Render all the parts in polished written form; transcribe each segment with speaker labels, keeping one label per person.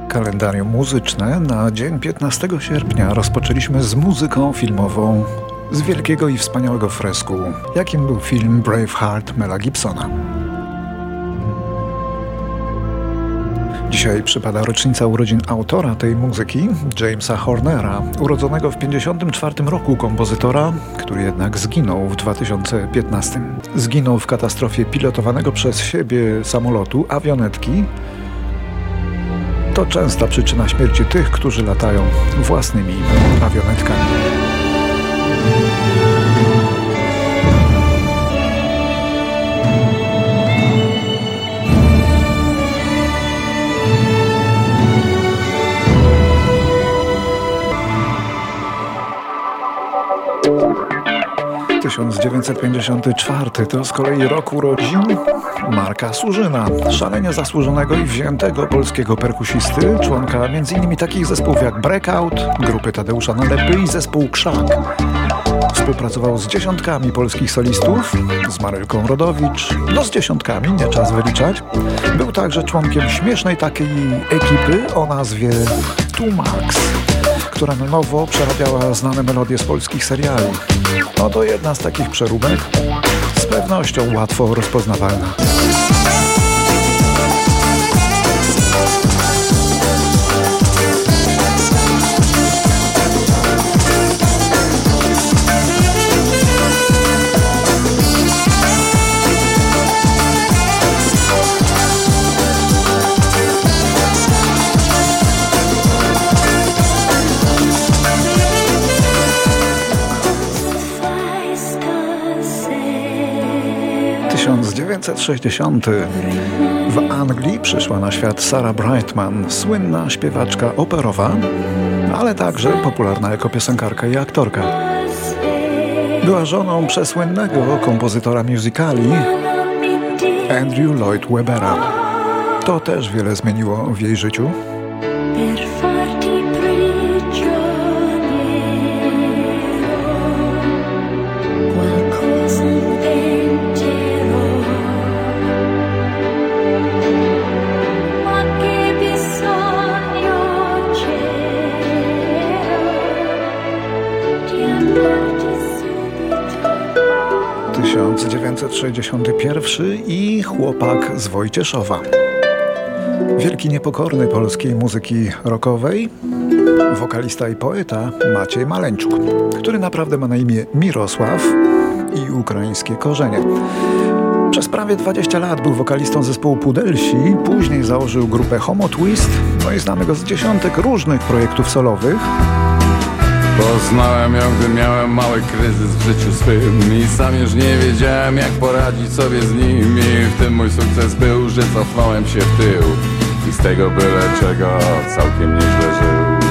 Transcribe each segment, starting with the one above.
Speaker 1: Kalendarium muzyczne na dzień 15 sierpnia rozpoczęliśmy z muzyką filmową z wielkiego i wspaniałego fresku, jakim był film Braveheart Mela Gibsona. Dzisiaj przypada rocznica urodzin autora tej muzyki, Jamesa Hornera, urodzonego w 1954 roku kompozytora, który jednak zginął w 2015. Zginął w katastrofie pilotowanego przez siebie samolotu, awionetki. To częsta przyczyna śmierci tych, którzy latają własnymi awionetkami. W 1954 to z kolei rok urodzin Marka Surzyna, szalenie zasłużonego i wziętego polskiego perkusisty, członka m.in. takich zespołów jak Breakout, grupy Tadeusza Nalepy i zespół Krzak. Współpracował z dziesiątkami polskich solistów, z Marylką Rodowicz, z dziesiątkami, nie czas wyliczać. Był także członkiem śmiesznej takiej ekipy o nazwie Tumax, która na nowo przerabiała znane melodie z polskich seriali. Oto jedna z takich przeróbek, z pewnością łatwo rozpoznawalna. 1960. W Anglii przyszła na świat Sarah Brightman, słynna śpiewaczka operowa, ale także popularna jako piosenkarka i aktorka. Była żoną przesłynnego kompozytora musicali Andrew Lloyd Webbera. To też wiele zmieniło w jej życiu. 1961 i chłopak z Wojcieszowa. Wielki niepokorny polskiej muzyki rockowej, wokalista i poeta Maciej Maleńczuk, który naprawdę ma na imię Mirosław i ukraińskie korzenie. Przez prawie 20 lat był wokalistą zespołu Pudelsi, później założył grupę Homo Twist, no i znamy go z dziesiątek różnych projektów solowych.
Speaker 2: Poznałem ją, gdy miałem mały kryzys w życiu swym i sam już nie wiedziałem, jak poradzić sobie z nim. I w tym mój sukces był, że cofnąłem się w tył i z tego byle czego całkiem nieźle żył.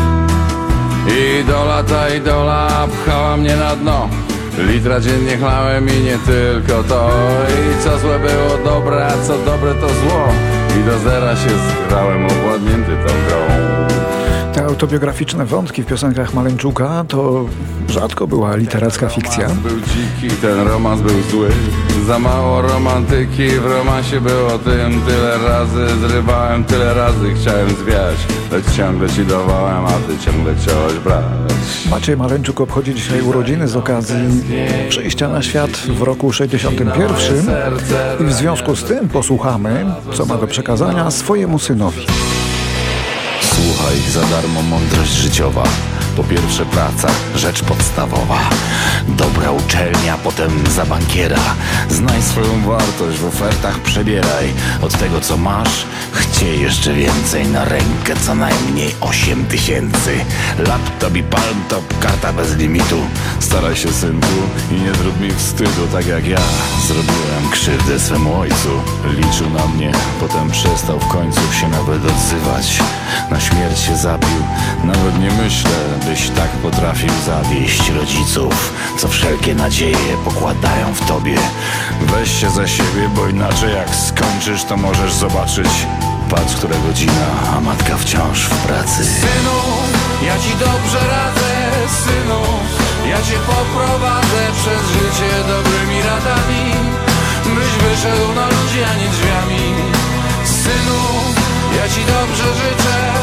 Speaker 2: Idola pchała mnie na dno, litra dziennie chlałem i nie tylko to. I co złe było dobre, a co dobre to zło, i do zera się zgrałem, owładnięty tą grą.
Speaker 1: Te autobiograficzne wątki w piosenkach Maleńczuka to rzadko była literacka fikcja.
Speaker 2: Romans był dziki, ten romans był zły. Za mało romantyki w romansie było tym. Tyle razy zrywałem, tyle razy chciałem zwiać, lecz ciągle ci dawałem, a ty ciągle chciałeś brać.
Speaker 1: Maciej Maleńczuk obchodzi dzisiaj urodziny z okazji przyjścia na świat w roku 61 i w związku z tym posłuchamy, co ma do przekazania swojemu synowi.
Speaker 3: Słuchaj, za darmo mądrość życiowa. Po pierwsze praca, rzecz podstawowa. Dobra uczelnia, potem za bankiera. Znaj swoją wartość, w ofertach przebieraj. Od tego co masz, chciej jeszcze więcej. Na rękę co najmniej 8000. Laptop i palmtop, karta bez limitu. Staraj się, synku, i nie zrób mi wstydu. Tak jak ja zrobiłem krzywdę swemu ojcu. Liczył na mnie, potem przestał w końcu się nawet odzywać. Na śmierć się zabił, nawet nie myślę, byś tak potrafił zawieść rodziców, co wszelkie nadzieje pokładają w tobie. Weź się za siebie, bo inaczej jak skończysz, to możesz zobaczyć. Patrz, która godzina, a matka wciąż w pracy.
Speaker 4: Synu, ja ci dobrze radzę, synu, ja cię poprowadzę przez życie dobrymi radami, byś wyszedł na ludzi, a nie drzwiami. Synu, ja ci dobrze życzę,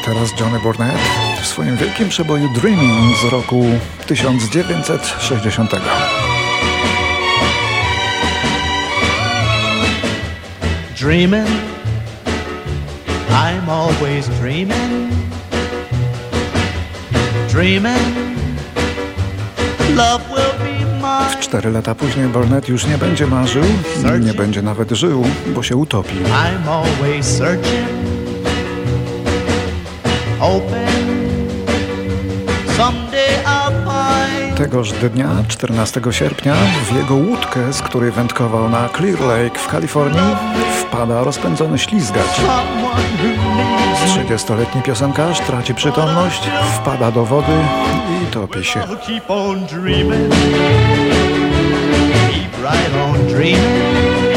Speaker 1: teraz Johnny Burnett w swoim wielkim przeboju Dreaming z roku 1960.
Speaker 5: Dreaming, I'm always dreaming, dreaming, love will be mine.
Speaker 1: 4 lata później Burnett już nie będzie marzył, nie będzie nawet żył, bo się utopi.
Speaker 5: I'm always searching, hoping, someday I'll find.
Speaker 1: Tegoż dnia, 14 sierpnia, w jego łódkę, z której wędkował na Clear Lake w Kalifornii, wpada rozpędzony ślizgacz. 30-letni piosenkarz traci przytomność, wpada do wody i topi się.
Speaker 5: Keep on dreaming, keep right on dreaming,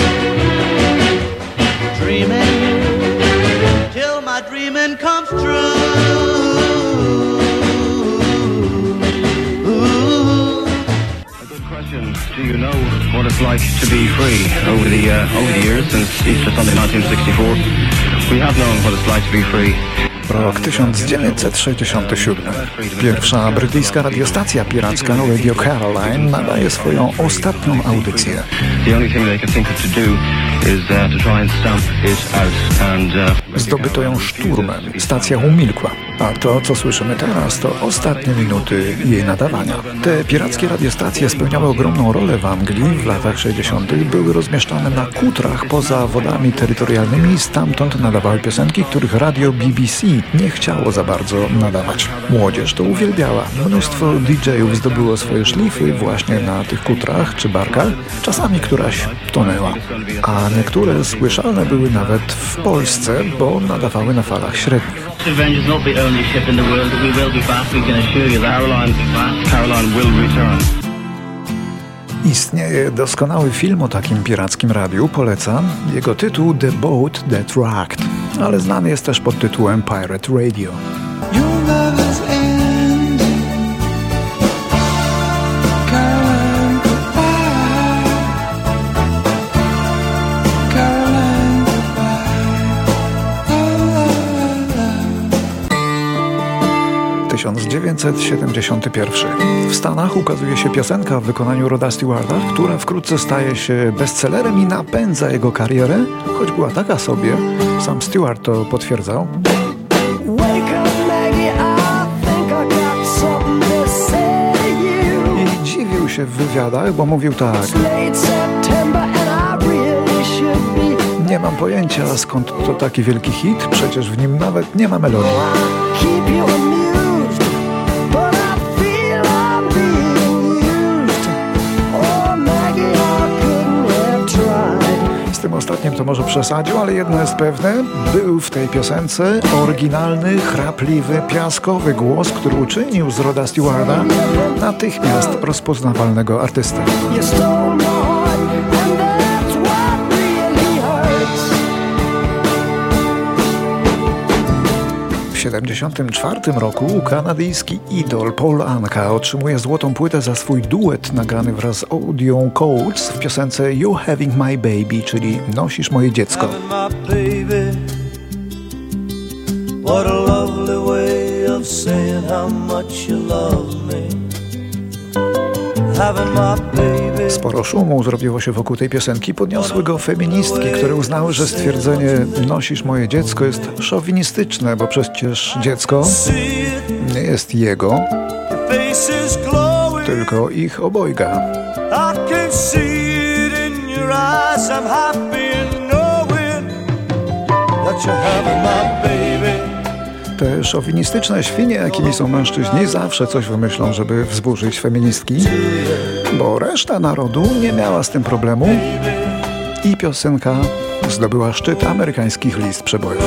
Speaker 5: dreaming, till my dreaming comes true.
Speaker 6: Do you know what it's like to be free? Over the years, since Easter Sunday 1964, we have known what it's like to be free.
Speaker 1: Rok 1967. Pierwsza brytyjska radiostacja piracka Radio Caroline nadaje swoją ostatnią audycję. Zdobyto ją szturmem. Stacja umilkła. A to, co słyszymy teraz, to ostatnie minuty jej nadawania. Te pirackie radiostacje spełniały ogromną rolę w Anglii. W latach 60. były rozmieszczane na kutrach poza wodami terytorialnymi i stamtąd nadawały piosenki, których radio BBC nie chciało za bardzo nadawać. Młodzież to uwielbiała. Mnóstwo DJ-ów zdobyło swoje szlify właśnie na tych kutrach czy barkach. Czasami któraś tonęła. A niektóre słyszalne były nawet w Polsce, bo nadawały na falach średnich. Istnieje doskonały film o takim pirackim radiu, polecam. Jego tytuł The Boat That Rocked, ale znany jest też pod tytułem Pirate Radio. W 1971. W Stanach ukazuje się piosenka w wykonaniu Roda Stewarta, która wkrótce staje się bestsellerem i napędza jego karierę, choć była taka sobie. Sam Stewart to potwierdzał. I dziwił się w wywiadach, bo mówił tak: nie mam pojęcia, skąd to taki wielki hit, przecież w nim nawet nie ma melodii. Z tym ostatnim to może przesadził, ale jedno jest pewne, był w tej piosence oryginalny, chrapliwy, piaskowy głos, który uczynił z Roda Stewarta natychmiast rozpoznawalnego artystę. W 1974 roku kanadyjski idol Paul Anka otrzymuje złotą płytę za swój duet nagrany wraz z Audion Coates w piosence You Having My Baby, czyli Nosisz moje dziecko. What a lovely way of saying how much you love me. Sporo szumu zrobiło się wokół tej piosenki. Podniosły go feministki, które uznały, że stwierdzenie nosisz moje dziecko jest szowinistyczne, bo przecież dziecko nie jest jego, tylko ich obojga. Te szowinistyczne świnie, jakimi są mężczyźni, zawsze coś wymyślą, żeby wzburzyć feministki, bo reszta narodu nie miała z tym problemu i piosenka zdobyła szczyt amerykańskich list przebojów.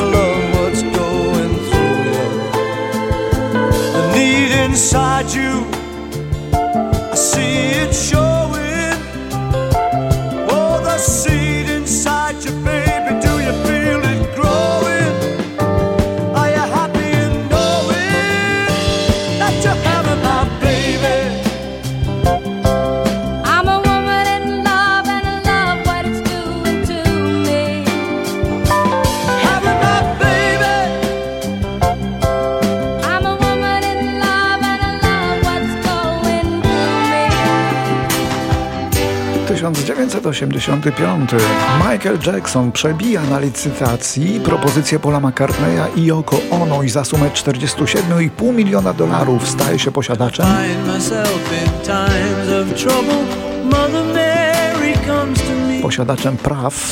Speaker 1: 1985. Michael Jackson przebija na licytacji propozycję Paula McCartneya i Yoko Ono i za sumę $47,5 miliona staje się posiadaczem praw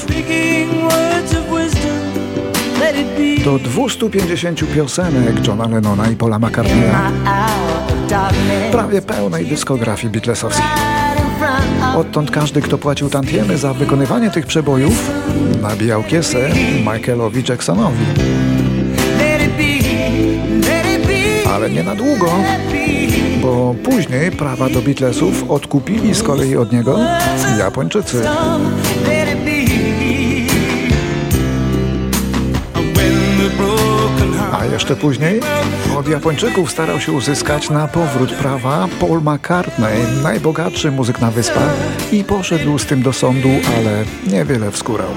Speaker 1: do 250 piosenek Johna Lennona i Paula McCartneya, prawie pełnej dyskografii Beatlesowskiej. Odtąd każdy, kto płacił tantiemy za wykonywanie tych przebojów, nabijał kiesę Michaelowi Jacksonowi. Ale nie na długo, bo później prawa do Beatlesów odkupili z kolei od niego Japończycy. A jeszcze później od Japończyków starał się uzyskać na powrót prawa Paul McCartney, najbogatszy muzyk na wyspach, i poszedł z tym do sądu, ale niewiele wskórał.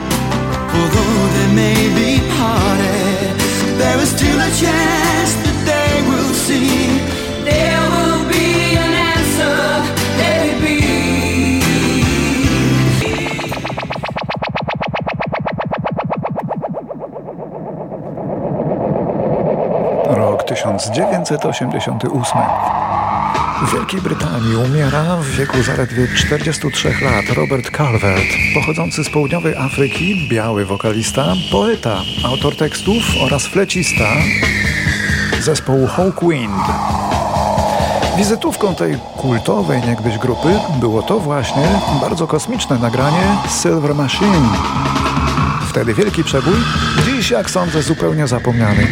Speaker 1: Rok 1988. W Wielkiej Brytanii umiera w wieku zaledwie 43 lat Robert Calvert, pochodzący z południowej Afryki, biały wokalista, poeta, autor tekstów oraz flecista zespołu Hawkwind. Wizytówką tej kultowej niegdyś grupy było to właśnie bardzo kosmiczne nagranie Silver Machine. Wtedy wielki przebój, dziś jak sądzę zupełnie zapomniany.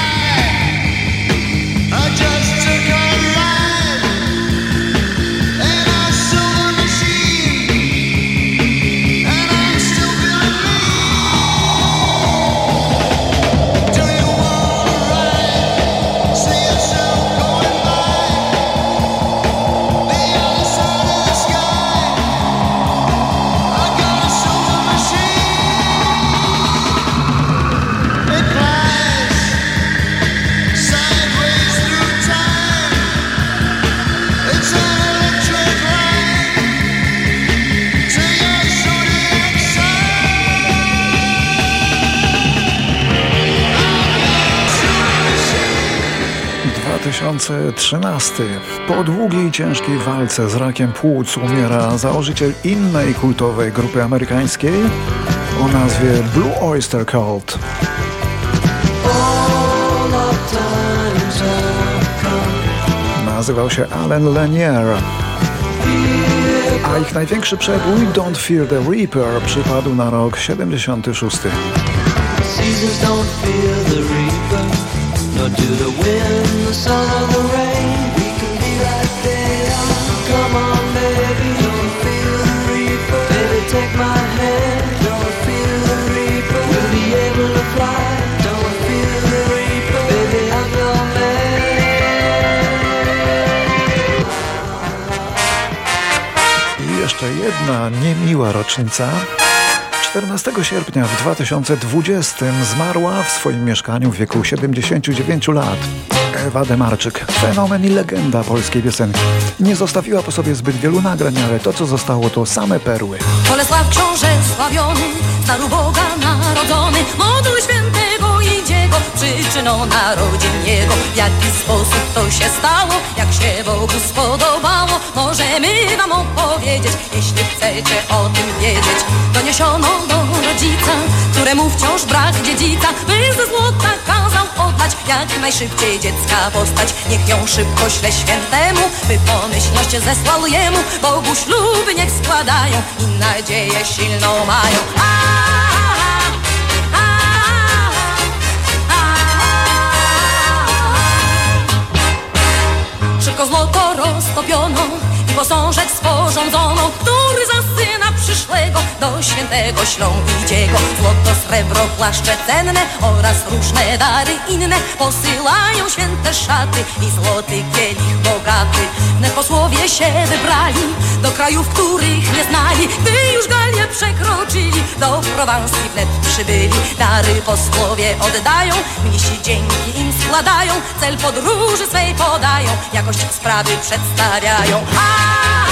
Speaker 1: Rok 2013. Po długiej, ciężkiej walce z rakiem płuc umiera założyciel innej kultowej grupy amerykańskiej o nazwie Blue Oyster Cult. Nazywał się Alan Lanier, a ich największy przebój Don't Fear the Reaper przypadł na rok 76.
Speaker 7: Seasons don't fear the reaper, nor do the wind, the sun or the rain. We can be like they are. Come on, baby, don't fear the reaper. Baby, take my hand. Don't fear the reaper. We'll be able to fly. Don't fear the reaper. Baby, I'm your man.
Speaker 1: I jeszcze jedna niemiła rocznica. 14 sierpnia w 2020 zmarła w swoim mieszkaniu w wieku 79 lat Ewa Demarczyk, fenomen i legenda polskiej piosenki. Nie zostawiła po sobie zbyt wielu nagrań, ale to, co zostało, to same perły.
Speaker 8: Bolesław książę sławiony, star u Boga narodzony, moduł świętego idziego, przyczyną narodzin jego. W jaki sposób to się stało, jak się Bogu spodobało, możemy wam opowiedzieć, jeśli chcecie o tym wiedzieć. Doniesiono do rodzica, któremu wciąż brak dziedzica, by ze złota kazał oddać jak najszybciej dziecka postać. Niech ją szybko śle świętemu, by pomyślność zesłał jemu. Bogu śluby niech składają i nadzieję silną mają. Szybko złoto roztopiono i posążek sporządzono, który za syna przyszłego do świętego ślą idziego. Złoto, srebro, płaszcze cenne oraz różne dary inne posyłają święte szaty i złoty kielich bogaty. Wnet posłowie się wybrali do krajów, których nie znali. Gdy już Galię przekroczyli, do Prowansji wnet przybyli. Dary posłowie oddają, mnisi dzięki im składają. Cel podróży swej podają, jakość sprawy przedstawiają.